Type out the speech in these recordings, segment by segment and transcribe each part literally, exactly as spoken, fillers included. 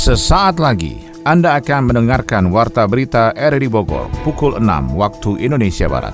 Sesaat lagi Anda akan mendengarkan Warta Berita R R I Bogor pukul enam waktu Indonesia Barat.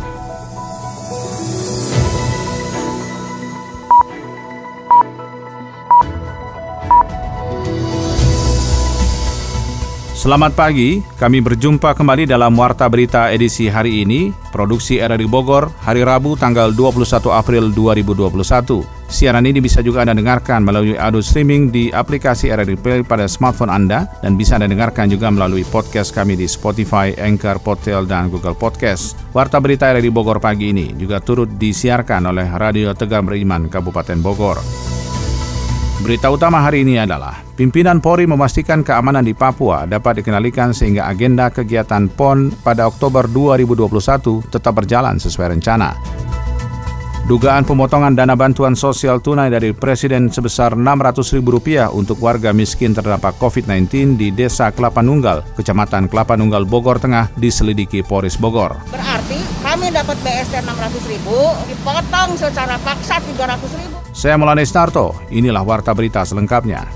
Selamat pagi, kami berjumpa kembali dalam Warta Berita edisi hari ini, produksi R R I Bogor, hari Rabu tanggal dua puluh satu April dua ribu dua puluh satu. Siaran ini bisa juga Anda dengarkan melalui audio streaming di aplikasi R R I Play pada smartphone Anda dan bisa Anda dengarkan juga melalui podcast kami di Spotify, Anchor, Podtail, dan Google Podcast. Warta Berita R R I Bogor pagi ini juga turut disiarkan oleh Radio Tegar Beriman Kabupaten Bogor. Berita utama hari ini adalah pimpinan Polri memastikan keamanan di Papua dapat dikendalikan sehingga agenda kegiatan P O N pada Oktober dua ribu dua puluh satu tetap berjalan sesuai rencana. Dugaan pemotongan dana bantuan sosial tunai dari Presiden sebesar enam ratus ribu rupiah untuk warga miskin terdampak covid sembilan belas di Desa Kelapa Nunggal, Kecamatan Kelapa Nunggal, Bogor Tengah diselidiki Polres Bogor. Berarti kami dapat B S T enam ratus ribu, dipotong secara paksa tiga ratus ribu. Saya Maulana Isnarto, inilah Warta Berita selengkapnya.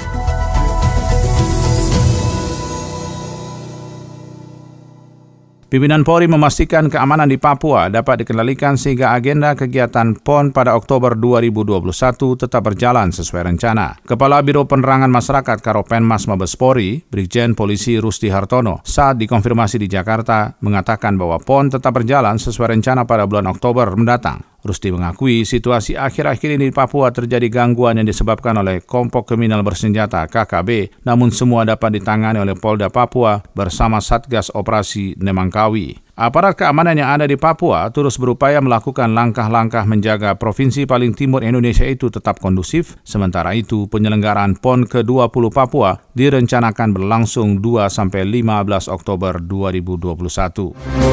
Pimpinan Polri memastikan keamanan di Papua dapat dikendalikan sehingga agenda kegiatan P O N pada Oktober dua ribu dua puluh satu tetap berjalan sesuai rencana. Kepala Biro Penerangan Masyarakat Karopenmas Mabes Polri, Brigjen Polisi Rusdi Hartono, saat dikonfirmasi di Jakarta, mengatakan bahwa P O N tetap berjalan sesuai rencana pada bulan Oktober mendatang. Rusdi mengakui situasi akhir-akhir ini di Papua terjadi gangguan yang disebabkan oleh kelompok kriminal bersenjata K K B, namun semua dapat ditangani oleh Polda Papua bersama Satgas Operasi Nemangkawi. Aparat keamanan yang ada di Papua terus berupaya melakukan langkah-langkah menjaga provinsi paling timur Indonesia itu tetap kondusif. Sementara itu, penyelenggaraan P O N ke dua puluh Papua direncanakan berlangsung dua sampai lima belas Oktober dua ribu dua puluh satu.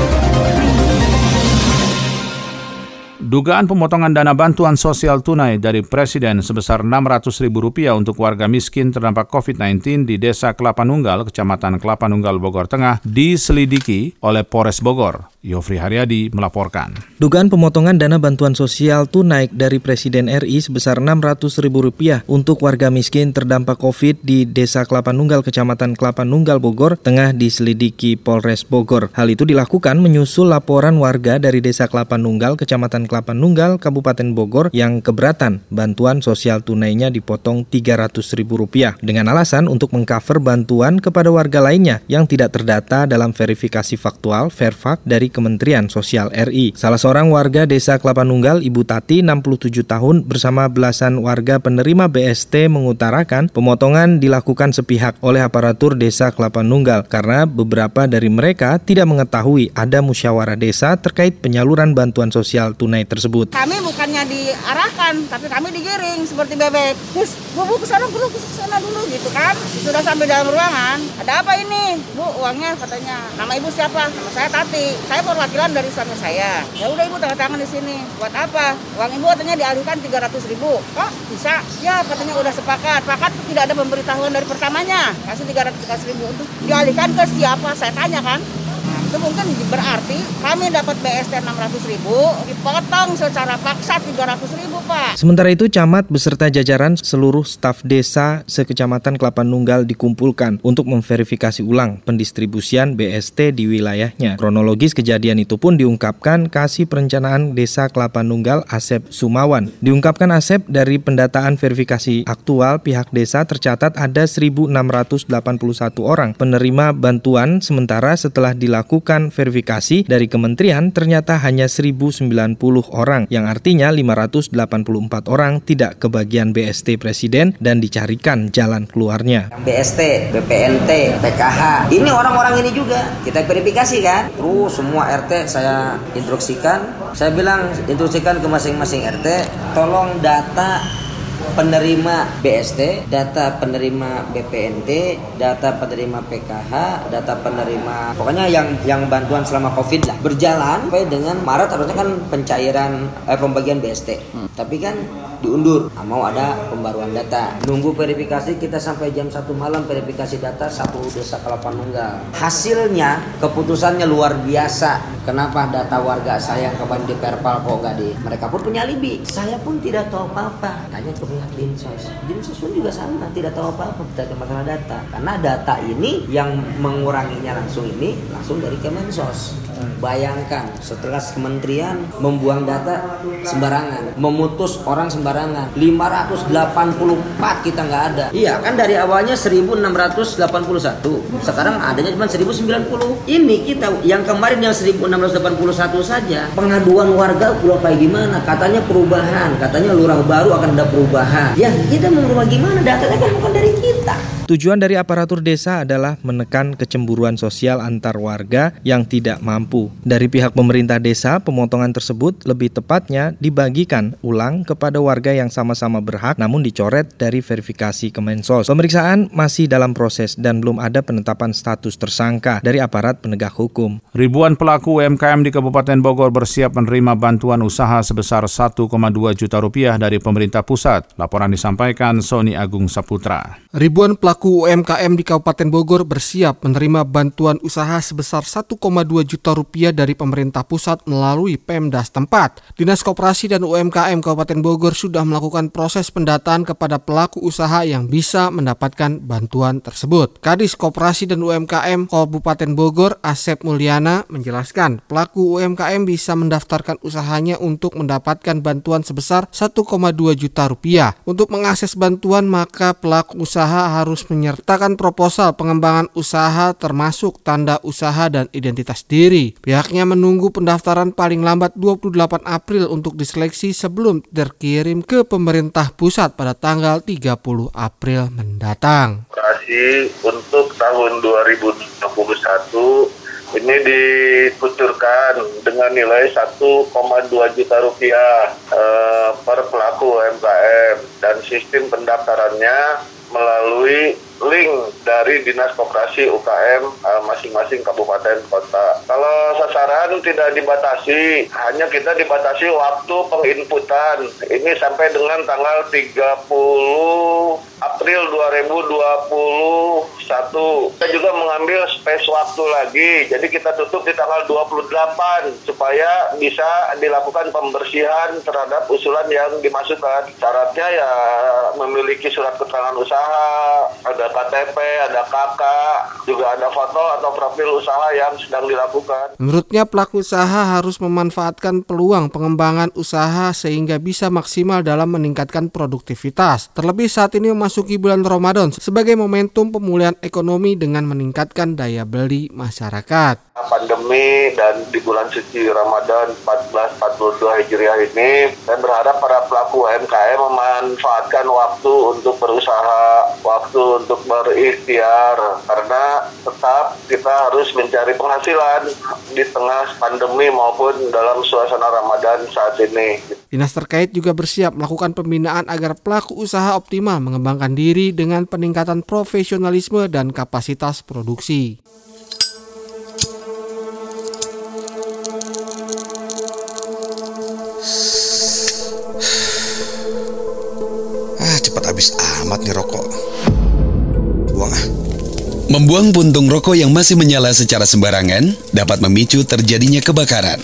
Dugaan pemotongan dana bantuan sosial tunai dari Presiden sebesar enam ratus ribu rupiah untuk warga miskin terdampak covid sembilan belas di Desa Kelapa Nunggal, Kecamatan Kelapa Nunggal, Bogor Tengah, diselidiki oleh Polres Bogor. Yofri Haryadi melaporkan. Dugaan pemotongan dana bantuan sosial tunai dari Presiden R I sebesar enam ratus ribu rupiah untuk warga miskin terdampak COVID di Desa Kelapa Nunggal, Kecamatan Kelapa Nunggal, Bogor Tengah diselidiki Polres Bogor. Hal itu dilakukan menyusul laporan warga dari Desa Kelapa Nunggal, Kecamatan Kelapa Nunggal, Kabupaten Bogor yang keberatan bantuan sosial tunainya dipotong tiga ratus ribu rupiah dengan alasan untuk mengcover bantuan kepada warga lainnya yang tidak terdata dalam verifikasi faktual Verfak dari Kementerian Sosial R I. Salah seorang warga Desa Kelapa Nunggal, Ibu Tati, enam puluh tujuh tahun, bersama belasan warga penerima B S T mengutarakan pemotongan dilakukan sepihak oleh aparatur Desa Kelapa Nunggal karena beberapa dari mereka tidak mengetahui ada musyawarah desa terkait penyaluran bantuan sosial tunai tersebut. Kami bukannya diarahkan, tapi kami digiring seperti bebek. Terus, bu, bu, kesana dulu, kesana dulu gitu kan. Sudah sampai dalam ruangan, ada apa ini? Bu, uangnya katanya. Nama ibu siapa? Nama saya Tati. Saya perwakilan dari suami saya. Ya udah ibu tanda tangan di sini. Buat apa? Uang ibu katanya dialihkan tiga ratus ribu. Kok bisa? Ya katanya udah sepakat. Sepakat tidak ada pemberitahuan dari pertamanya. Kasih tiga ratus ribu untuk dialihkan ke siapa? Saya tanya kan. Nah, itu mungkin berarti kami dapat B S T enam ratus ribu, dipotong secara paksa tiga ratus ribu, Pak. Sementara itu, camat beserta jajaran seluruh staf desa sekecamatan Kelapa Nunggal dikumpulkan untuk memverifikasi ulang pendistribusian B S T di wilayahnya. Kronologis kejadian itu pun diungkapkan Kasih Perencanaan Desa Kelapa Nunggal Asep Sumawan. Diungkapkan Asep, dari pendataan verifikasi aktual pihak desa tercatat ada seribu enam ratus delapan puluh satu orang penerima bantuan, sementara setelah dilakukan verifikasi dari kementerian ternyata hanya seribu sembilan puluh orang, yang artinya lima ratus delapan puluh empat orang tidak kebagian B S T Presiden dan dicarikan jalan keluarnya. B S T, B P N T, P K H, ini orang-orang ini juga kita verifikasi kan. Terus semua R T saya instruksikan, saya bilang instruksikan ke masing-masing R T, tolong data penerima B S T, data penerima B P N T, data penerima P K H, data penerima pokoknya yang yang bantuan selama Covid lah berjalan sampai dengan Maret harusnya kan pencairan eh, pembagian B S T. Hmm. Tapi kan diundur. Nah, mau ada pembaruan data. Nunggu verifikasi kita sampai jam satu malam verifikasi data satu Desa Kelapa Nunggal. Hasilnya keputusannya luar biasa. Kenapa data warga saya yang kemarin di Perpal kok nggak di? Mereka pun punya alibi. Saya pun tidak tahu apa-apa. Tanya ke pihak Dinsos. Dinsos pun juga sama, tidak tahu apa-apa terkait masalah data. Karena data ini yang menguranginya langsung ini langsung dari Kemensos. Bayangkan setelah kementerian membuang data sembarangan, memutus orang sembarangan, lima ratus delapan puluh empat kita nggak ada. Iya kan dari awalnya seribu enam ratus delapan puluh satu, sekarang adanya cuma seribu sembilan puluh. Ini kita yang kemarin yang seribu enam ratus delapan puluh satu saja pengaduan warga pulau kayak gimana? Katanya perubahan, katanya lurah baru akan ada perubahan. Ya kita mau merubah gimana? Datanya kan bukan dari kita. Tujuan dari aparatur desa adalah menekan kecemburuan sosial antar warga yang tidak mampu. Dari pihak pemerintah desa, pemotongan tersebut lebih tepatnya dibagikan ulang kepada warga yang sama-sama berhak namun dicoret dari verifikasi Kemensos. Pemeriksaan masih dalam proses dan belum ada penetapan status tersangka dari aparat penegak hukum. Ribuan pelaku U M K M di Kabupaten Bogor bersiap menerima bantuan usaha sebesar satu koma dua juta rupiah dari pemerintah pusat. Laporan disampaikan Sony Agung Saputra. Ribuan pelaku U M K M di Kabupaten Bogor bersiap menerima bantuan usaha sebesar satu koma dua juta rupiah dari pemerintah pusat melalui Pemda setempat. Dinas Koperasi dan U M K M Kabupaten Bogor sudah melakukan proses pendataan kepada pelaku usaha yang bisa mendapatkan bantuan tersebut. Kadis Koperasi dan U M K M Kabupaten Bogor, Asep Mulyana, menjelaskan pelaku U M K M bisa mendaftarkan usahanya untuk mendapatkan bantuan sebesar satu koma dua juta rupiah. Untuk mengakses bantuan, maka pelaku usaha harus menyertakan proposal pengembangan usaha termasuk tanda usaha dan identitas diri. Pihaknya menunggu pendaftaran paling lambat dua puluh delapan April untuk diseleksi sebelum terkirim ke pemerintah pusat pada tanggal tiga puluh April mendatang. Operasi untuk tahun dua ribu dua puluh satu ini dikucurkan dengan nilai satu koma dua juta rupiah eh, per pelaku U M K M dan sistem pendaftarannya melalui link dari Dinas Koperasi U K M uh, masing-masing kabupaten kota. Kalau sasaran tidak dibatasi, hanya kita dibatasi waktu penginputan. Ini sampai dengan tanggal tiga puluh April dua ribu dua puluh satu. Kita juga mengambil space waktu lagi, jadi kita tutup di tanggal dua puluh delapan supaya bisa dilakukan pembersihan terhadap usulan yang dimasukkan. Syaratnya ya memiliki surat keterangan usaha, ada K T P, ada K K, juga ada foto atau profil usaha yang sedang dilakukan. Menurutnya pelaku usaha harus memanfaatkan peluang pengembangan usaha sehingga bisa maksimal dalam meningkatkan produktivitas. Terlebih saat ini memasuki bulan Ramadan sebagai momentum pemulihan ekonomi dengan meningkatkan daya beli masyarakat. Pandemi dan di bulan suci Ramadan seribu empat ratus empat puluh dua Hijriah ini, saya berharap para pelaku U M K M memanfaatkan waktu untuk berusaha, waktu untuk berikhtiar, karena tetap kita harus mencari penghasilan di tengah pandemi maupun dalam suasana Ramadan saat ini. Dinas terkait juga bersiap melakukan pembinaan agar pelaku usaha optimal mengembangkan diri dengan peningkatan profesionalisme dan kapasitas produksi. Ah, cepat habis amat nih rokok. Buang ah. Membuang puntung rokok yang masih menyala secara sembarangan dapat memicu terjadinya kebakaran.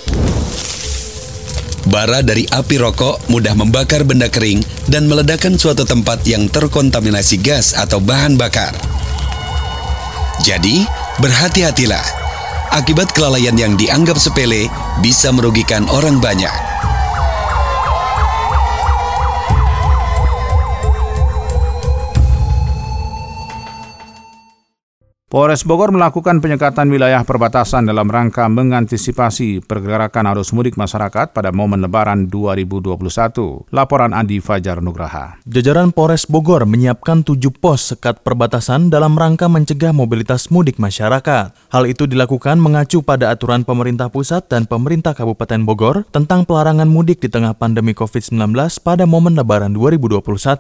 Bara dari api rokok mudah membakar benda kering dan meledakkan suatu tempat yang terkontaminasi gas atau bahan bakar. Jadi, berhati-hatilah. Akibat kelalaian yang dianggap sepele bisa merugikan orang banyak. Polres Bogor melakukan penyekatan wilayah perbatasan dalam rangka mengantisipasi pergerakan arus mudik masyarakat pada momen Lebaran dua ribu dua puluh satu. Laporan Andi Fajar Nugraha. Jajaran Polres Bogor menyiapkan tujuh pos sekat perbatasan dalam rangka mencegah mobilitas mudik masyarakat. Hal itu dilakukan mengacu pada aturan pemerintah pusat dan pemerintah Kabupaten Bogor tentang pelarangan mudik di tengah pandemi covid sembilan belas pada momen Lebaran dua ribu dua puluh satu.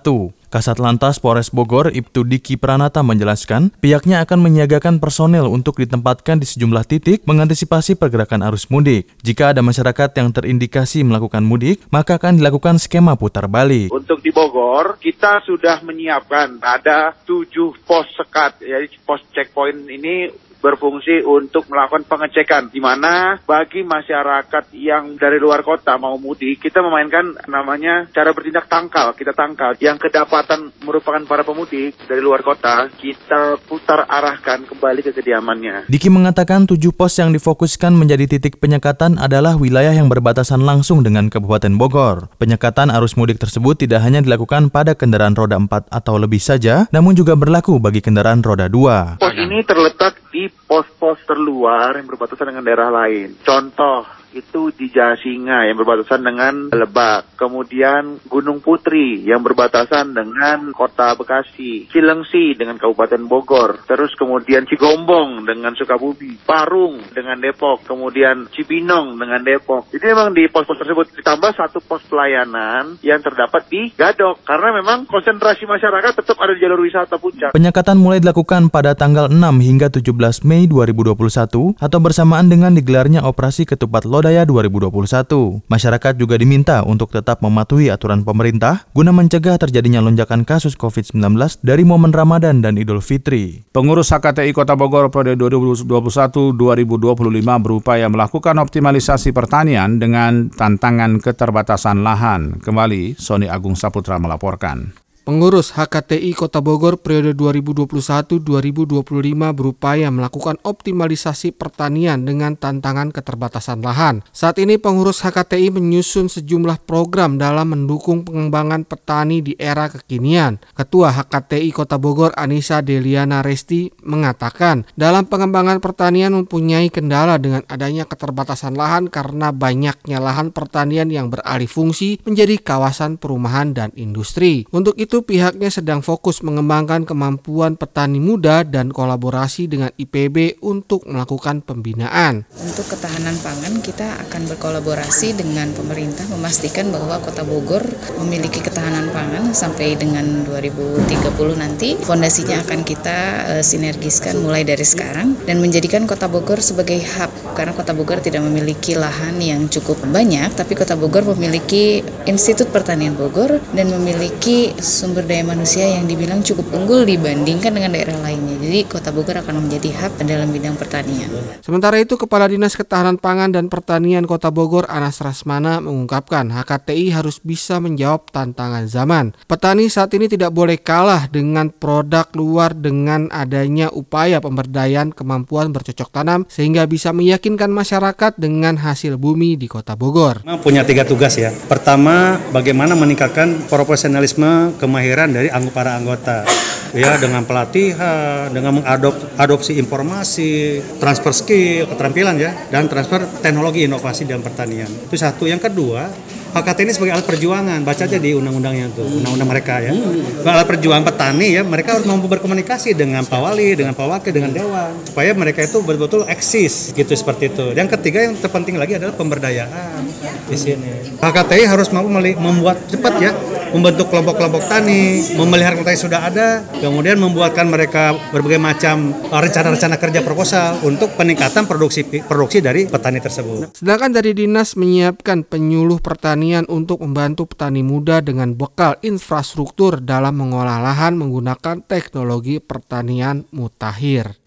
Kasat Lantas Polres Bogor, Ibtu Diki Pranata menjelaskan, pihaknya akan menyiagakan personel untuk ditempatkan di sejumlah titik mengantisipasi pergerakan arus mudik. Jika ada masyarakat yang terindikasi melakukan mudik, maka akan dilakukan skema putar balik. Untuk di Bogor, kita sudah menyiapkan ada tujuh pos sekat, jadi pos checkpoint ini berfungsi untuk melakukan pengecekan, di mana bagi masyarakat yang dari luar kota mau mudik, kita memainkan namanya cara bertindak tangkal, kita tangkal. Yang kedapatan merupakan para pemudik dari luar kota, kita putar arahkan kembali ke kediamannya. Diki mengatakan tujuh pos yang difokuskan menjadi titik penyekatan adalah wilayah yang berbatasan langsung dengan Kabupaten Bogor. Penyekatan arus mudik tersebut tidak hanya dilakukan pada kendaraan roda empat atau lebih saja, namun juga berlaku bagi kendaraan roda dua. Pos ini terletak di pos-pos terluar yang berbatasan dengan daerah lain. Contoh, itu di Jasinga yang berbatasan dengan Lebak. Kemudian Gunung Putri yang berbatasan dengan Kota Bekasi. Cilengsi dengan Kabupaten Bogor. Terus kemudian Cigombong dengan Sukabumi. Parung dengan Depok. Kemudian Cibinong dengan Depok. Jadi memang di pos-pos tersebut ditambah satu pos pelayanan yang terdapat di Gadok. Karena memang konsentrasi masyarakat tetap ada di jalur wisata puncak. Penyekatan mulai dilakukan pada tanggal enam hingga tujuh belas Mei dua ribu dua puluh satu atau bersamaan dengan digelarnya operasi Ketupat Lodaya dua ribu dua puluh satu. Masyarakat juga diminta untuk tetap mematuhi aturan pemerintah guna mencegah terjadinya lonjakan kasus covid sembilan belas dari momen Ramadan dan Idul Fitri. Pengurus H K T I Kota Bogor periode dua ribu dua puluh satu sampai dua ribu dua puluh lima berupaya melakukan optimalisasi pertanian dengan tantangan keterbatasan lahan. Kembali, Sony Agung Saputra melaporkan. Pengurus H K T I Kota Bogor periode dua ribu dua puluh satu sampai dua ribu dua puluh lima berupaya melakukan optimalisasi pertanian dengan tantangan keterbatasan lahan. Saat ini pengurus H K T I menyusun sejumlah program dalam mendukung pengembangan petani di era kekinian. Ketua H K T I Kota Bogor Anissa Deliana Resti mengatakan, dalam pengembangan pertanian mempunyai kendala dengan adanya keterbatasan lahan karena banyaknya lahan pertanian yang beralih fungsi menjadi kawasan perumahan dan industri. Untuk itu pihaknya sedang fokus mengembangkan kemampuan petani muda dan kolaborasi dengan I P B untuk melakukan pembinaan. Untuk ketahanan pangan kita akan berkolaborasi dengan pemerintah memastikan bahwa Kota Bogor memiliki ketahanan pangan sampai dengan dua ribu tiga puluh nanti. Fondasinya akan kita uh, sinergiskan mulai dari sekarang dan menjadikan Kota Bogor sebagai hub, karena Kota Bogor tidak memiliki lahan yang cukup banyak, tapi Kota Bogor memiliki Institut Pertanian Bogor dan memiliki sumber daya manusia yang dibilang cukup unggul dibandingkan dengan daerah lainnya. Jadi Kota Bogor akan menjadi hub dalam bidang pertanian. Sementara itu, Kepala Dinas Ketahanan Pangan dan Pertanian Kota Bogor Anas Rasmana mengungkapkan H K T I harus bisa menjawab tantangan zaman. Petani saat ini tidak boleh kalah dengan produk luar dengan adanya upaya pemberdayaan kemampuan bercocok tanam sehingga bisa meyakinkan masyarakat dengan hasil bumi di Kota Bogor. Punya tiga tugas ya. Pertama, bagaimana meningkatkan profesionalisme kemahiran dari para anggota, ya, dengan pelatihan, dengan mengadopsi informasi, transfer skill, keterampilan ya, dan transfer teknologi inovasi dalam pertanian. Itu satu. Yang kedua, H K T ini sebagai alat perjuangan, baca aja di undang-undangnya tuh, undang-undang mereka ya. Alat perjuangan petani ya, mereka harus mampu berkomunikasi dengan Pak Wali, dengan Pak Wakil, dengan Dewan, supaya mereka itu betul-betul eksis gitu seperti itu. Yang ketiga yang terpenting lagi adalah pemberdayaan di sini. H K T I harus mampu membuat cepat ya, membentuk kelompok-kelompok tani, memelihara petani sudah ada, kemudian membuatkan mereka berbagai macam rencana-rencana kerja proposal untuk peningkatan produksi produksi dari petani tersebut. Sedangkan dari dinas menyiapkan penyuluh pertanian untuk membantu petani muda dengan bekal infrastruktur dalam mengolah lahan menggunakan teknologi pertanian mutakhir.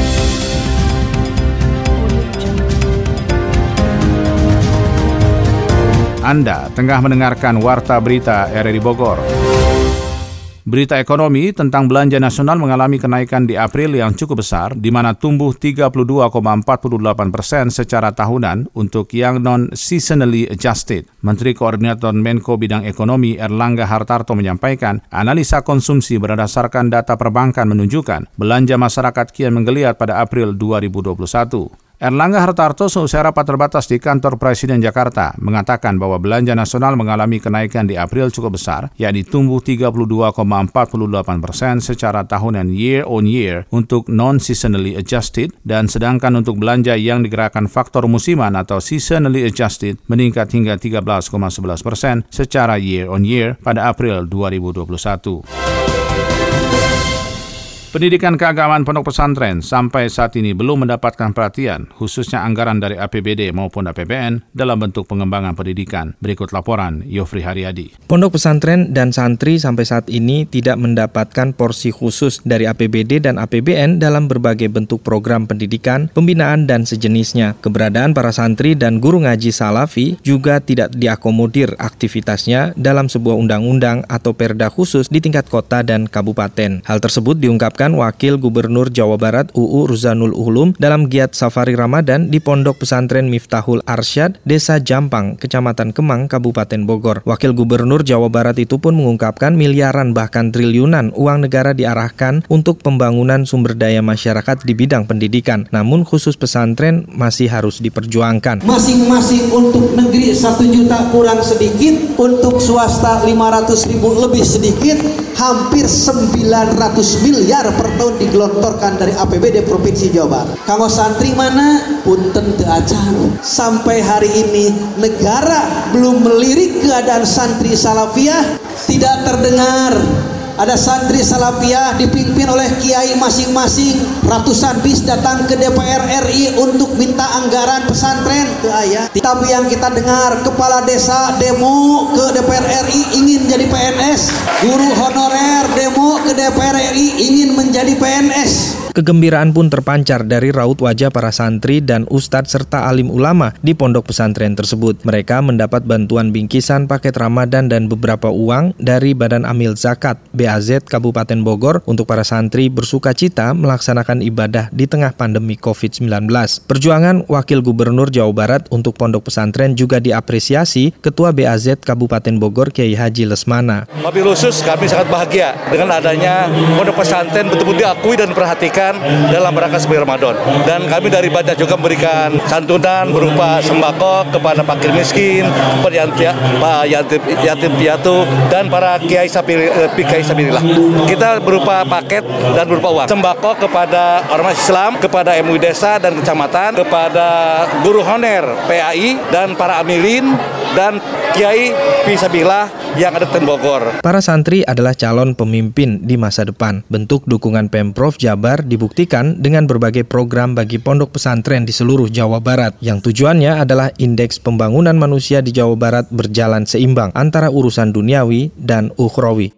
Anda tengah mendengarkan Warta Berita R R I Bogor. Berita ekonomi tentang belanja nasional mengalami kenaikan di April yang cukup besar, di mana tumbuh tiga puluh dua koma empat delapan persen secara tahunan untuk yang non-seasonally adjusted. Menteri Koordinator Menko Bidang Ekonomi Erlangga Hartarto menyampaikan, analisa konsumsi berdasarkan data perbankan menunjukkan belanja masyarakat kian menggeliat pada April dua ribu dua puluh satu. Erlangga Hartarto seusai rapat terbatas di kantor Presiden Jakarta mengatakan bahwa belanja nasional mengalami kenaikan di April cukup besar, yakni tumbuh tiga puluh dua koma empat delapan persen secara tahunan year on year untuk non-seasonally adjusted, dan sedangkan untuk belanja yang digerakkan faktor musiman atau seasonally adjusted meningkat hingga tiga belas koma sebelas persen secara year on year pada April dua ribu dua puluh satu. Pendidikan keagamaan pondok pesantren sampai saat ini belum mendapatkan perhatian, khususnya anggaran dari A P B D maupun A P B N dalam bentuk pengembangan pendidikan. Berikut laporan Yofri Haryadi. Pondok pesantren dan santri sampai saat ini tidak mendapatkan porsi khusus dari A P B D dan A P B N dalam berbagai bentuk program pendidikan, pembinaan, dan sejenisnya. Keberadaan para santri dan guru ngaji salafi juga tidak diakomodir aktivitasnya dalam sebuah undang-undang atau perda khusus di tingkat kota dan kabupaten. Hal tersebut diungkapkan Wakil Gubernur Jawa Barat U U Ruzanul Ulum dalam giat safari Ramadan di Pondok Pesantren Miftahul Arsyad, Desa Jampang, Kecamatan Kemang, Kabupaten Bogor. Wakil Gubernur Jawa Barat itu pun mengungkapkan miliaran bahkan triliunan uang negara diarahkan untuk pembangunan sumber daya masyarakat di bidang pendidikan. Namun khusus pesantren masih harus diperjuangkan. Masing-masing untuk negeri satu juta kurang sedikit, untuk swasta lima ratus ribu lebih sedikit, hampir sembilan ratus miliar per tahun digelontorkan dari A P B D Provinsi Jawa Barat. Kanggo santri mana? Punten teu acan. Sampai hari ini negara belum melirik keadaan santri salafiyah, tidak terdengar. Ada santri salafiyah dipimpin oleh kiai masing-masing, ratusan bis datang ke D P R R I untuk minta anggaran pesantren, teu aya. Tapi yang kita dengar, kepala desa demo ke D P R R I ingin jadi P N S, guru honorer demo ke D P R R I ingin menjadi P N S. Kegembiraan pun terpancar dari raut wajah para santri dan ustadz serta alim ulama di pondok pesantren tersebut. Mereka mendapat bantuan bingkisan paket Ramadan dan beberapa uang dari Badan Amil Zakat B A Z Kabupaten Bogor untuk para santri bersuka cita melaksanakan ibadah di tengah pandemi covid sembilan belas. Perjuangan Wakil Gubernur Jawa Barat untuk pondok pesantren juga diapresiasi Ketua B A Z Kabupaten Bogor Kiai Haji Lesmana. Wabil khusus kami sangat bahagia dengan adanya pondok pesantren betul-betul diakui dan diperhatikan dalam rangka suci Ramadan. Dan kami dari Badan juga memberikan santunan berupa sembako kepada fakir miskin, para yatim piatu, dan para kiai sabilillah. Kita berupa paket dan berupa uang. Sembako kepada ormas Islam, kepada M U I desa dan kecamatan, kepada guru honorer P A I dan para amilin dan kiai fisabilillah yang ada di Bogor. Para santri adalah calon pemimpin di masa depan. Bentuk dukungan Pemprov Jabar dibuktikan dengan berbagai program bagi pondok pesantren di seluruh Jawa Barat, yang tujuannya adalah indeks pembangunan manusia di Jawa Barat berjalan seimbang antara urusan duniawi dan ukhrawi.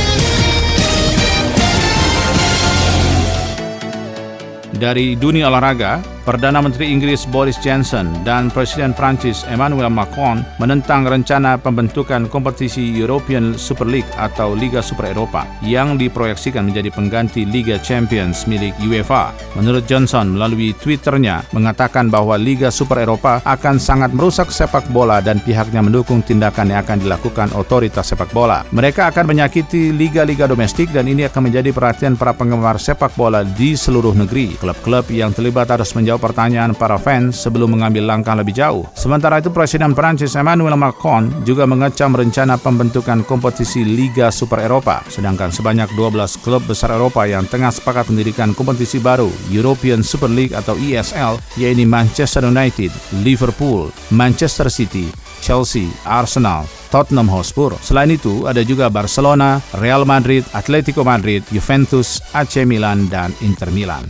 Dari dunia olahraga, Perdana Menteri Inggris Boris Johnson dan Presiden Prancis Emmanuel Macron menentang rencana pembentukan kompetisi European Super League atau Liga Super Eropa yang diproyeksikan menjadi pengganti Liga Champions milik UEFA. Menurut Johnson melalui Twitternya mengatakan bahwa Liga Super Eropa akan sangat merusak sepak bola dan pihaknya mendukung tindakan yang akan dilakukan otoritas sepak bola. Mereka akan menyakiti liga-liga domestik dan ini akan menjadi perhatian para penggemar sepak bola di seluruh negeri. Klub-klub yang terlibat harus menjawab pertanyaan para fans sebelum mengambil langkah lebih jauh. Sementara itu, Presiden Prancis Emmanuel Macron juga mengecam rencana pembentukan kompetisi Liga Super Eropa. Sedangkan sebanyak dua belas klub besar Eropa yang tengah sepakat mendirikan kompetisi baru European Super League atau E S L, yaitu Manchester United, Liverpool, Manchester City, Chelsea, Arsenal, Tottenham Hotspur. Selain itu, ada juga Barcelona, Real Madrid, Atletico Madrid, Juventus, A C Milan, dan Inter Milan.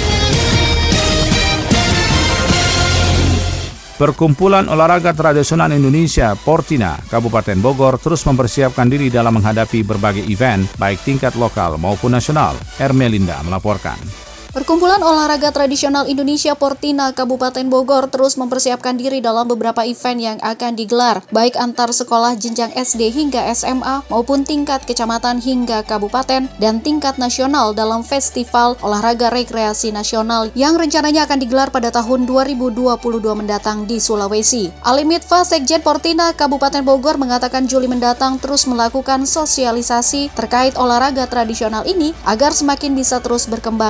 Perkumpulan Olahraga Tradisional Indonesia Portina, Kabupaten Bogor terus mempersiapkan diri dalam menghadapi berbagai event, baik tingkat lokal maupun nasional. Ermelinda melaporkan. Perkumpulan Olahraga Tradisional Indonesia Portina Kabupaten Bogor terus mempersiapkan diri dalam beberapa event yang akan digelar, baik antar sekolah jenjang S D hingga S M A maupun tingkat kecamatan hingga kabupaten dan tingkat nasional dalam Festival Olahraga Rekreasi Nasional yang rencananya akan digelar pada tahun dua ribu dua puluh dua mendatang di Sulawesi. Ali Mitfa, Sekjen Portina Kabupaten Bogor mengatakan Juli mendatang terus melakukan sosialisasi terkait olahraga tradisional ini agar semakin bisa terus berkembang di kabupaten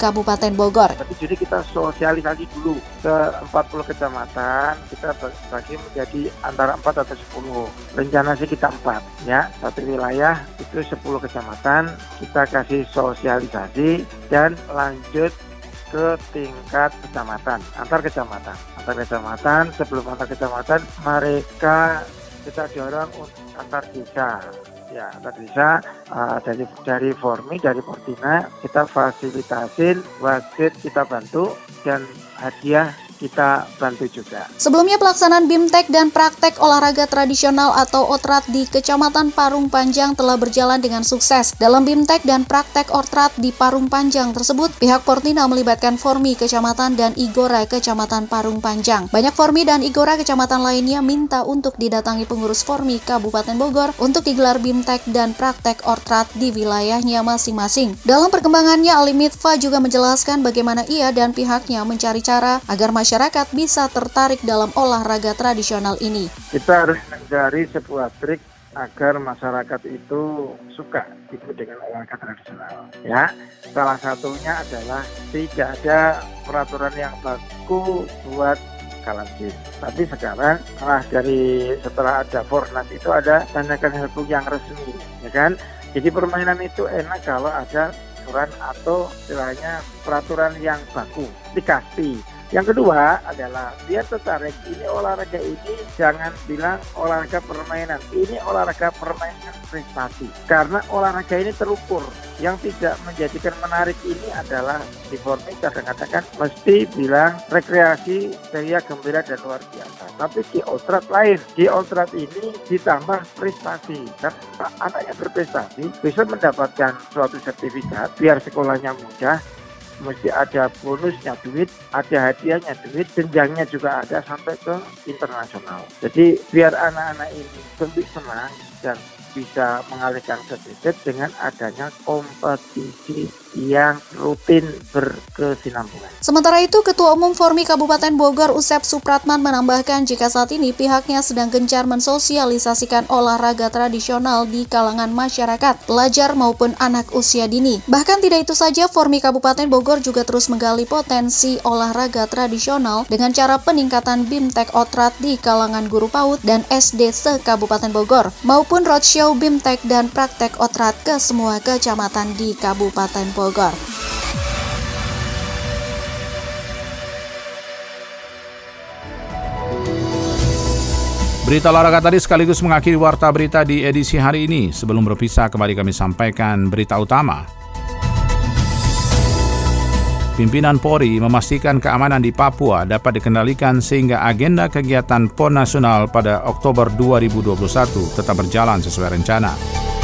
Kabupaten Bogor. Jadi kita sosialisasi dulu ke empat puluh kecamatan, kita bagi menjadi antara empat atau sepuluh. Rencana sih kita empat, ya. Satu wilayah itu sepuluh kecamatan, kita kasih sosialisasi dan lanjut ke tingkat kecamatan, antar kecamatan. Antar kecamatan, sebelum antar kecamatan, mereka kita dorong untuk antar desa. Ya, antar desa uh, dari dari Formi, dari Portina, kita fasilitasin, wasit kita bantu, dan hadiah kita bantu juga. Sebelumnya pelaksanaan BIMTEK dan praktek olahraga tradisional atau OTRAT di Kecamatan Parung Panjang telah berjalan dengan sukses. Dalam BIMTEK dan praktek OTRAT di Parung Panjang tersebut, pihak Portina melibatkan Formi Kecamatan dan Igora Kecamatan Parung Panjang. Banyak Formi dan Igora Kecamatan lainnya minta untuk didatangi pengurus Formi Kabupaten Bogor untuk digelar BIMTEK dan praktek OTRAT di wilayahnya masing-masing. Dalam perkembangannya, Ali Mitfa juga menjelaskan bagaimana ia dan pihaknya mencari cara agar masyarakat masyarakat bisa tertarik dalam olahraga tradisional ini. Kita harus mencari sebuah trik agar masyarakat itu suka ikut dengan olahraga tradisional. Ya, salah satunya adalah tidak ada peraturan yang baku buat kalanjin. Tapi sekarang setelah dari setelah ada Fornas itu ada tanyakan helpbook yang resmi, ya kan? Jadi permainan itu enak kalau ada aturan atau istilahnya peraturan yang baku dikasih. Yang kedua adalah dia tertarik, ini olahraga ini jangan bilang olahraga permainan, ini olahraga permainan prestasi. Karena olahraga ini terukur, yang tidak menjadikan menarik ini adalah di Formi kadang-kadang kan mesti bilang rekreasi, ceria, gembira, dan luar biasa. Tapi di OTRAT lain, di OTRAT ini ditambah prestasi. Karena anaknya berprestasi bisa mendapatkan suatu sertifikat biar sekolahnya mudah, mesti ada bonusnya duit, ada hadiahnya duit, jenjangnya juga ada sampai ke internasional. Jadi biar anak-anak ini lebih senang dan bisa mengalihkan sedikit dengan adanya kompetisi yang rutin berkesinambungan. Sementara itu, Ketua Umum Formi Kabupaten Bogor Usep Supratman menambahkan jika saat ini pihaknya sedang gencar mensosialisasikan olahraga tradisional di kalangan masyarakat, pelajar maupun anak usia dini. Bahkan tidak itu saja, Formi Kabupaten Bogor juga terus menggali potensi olahraga tradisional dengan cara peningkatan BIMTEK OTRAT di kalangan guru PAUD dan S D se-Kabupaten Bogor, maupun roadshow BIMTEK dan praktek OTRAT ke semua kecamatan di Kabupaten Bogor. Bogor. Berita olahraga tadi sekaligus mengakhiri warta berita di edisi hari ini. Sebelum berpisah, kembali kami sampaikan berita utama. Pimpinan Polri memastikan keamanan di Papua dapat dikendalikan sehingga agenda kegiatan P O N Nasional pada Oktober dua ribu dua puluh satu tetap berjalan sesuai rencana.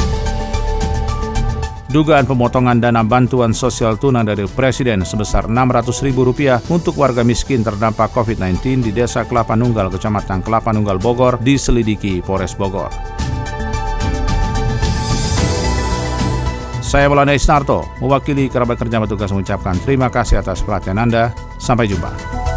Dugaan pemotongan dana bantuan sosial tunai dari Presiden sebesar enam ratus ribu rupiah untuk warga miskin terdampak covid sembilan belas di Desa Kelapa Nunggal, Kecamatan Kelapa Nunggal, Bogor, diselidiki Polres Bogor. Saya Maulana Isnarto, mewakili kerabat kerja petugas mengucapkan terima kasih atas perhatian Anda. Sampai jumpa.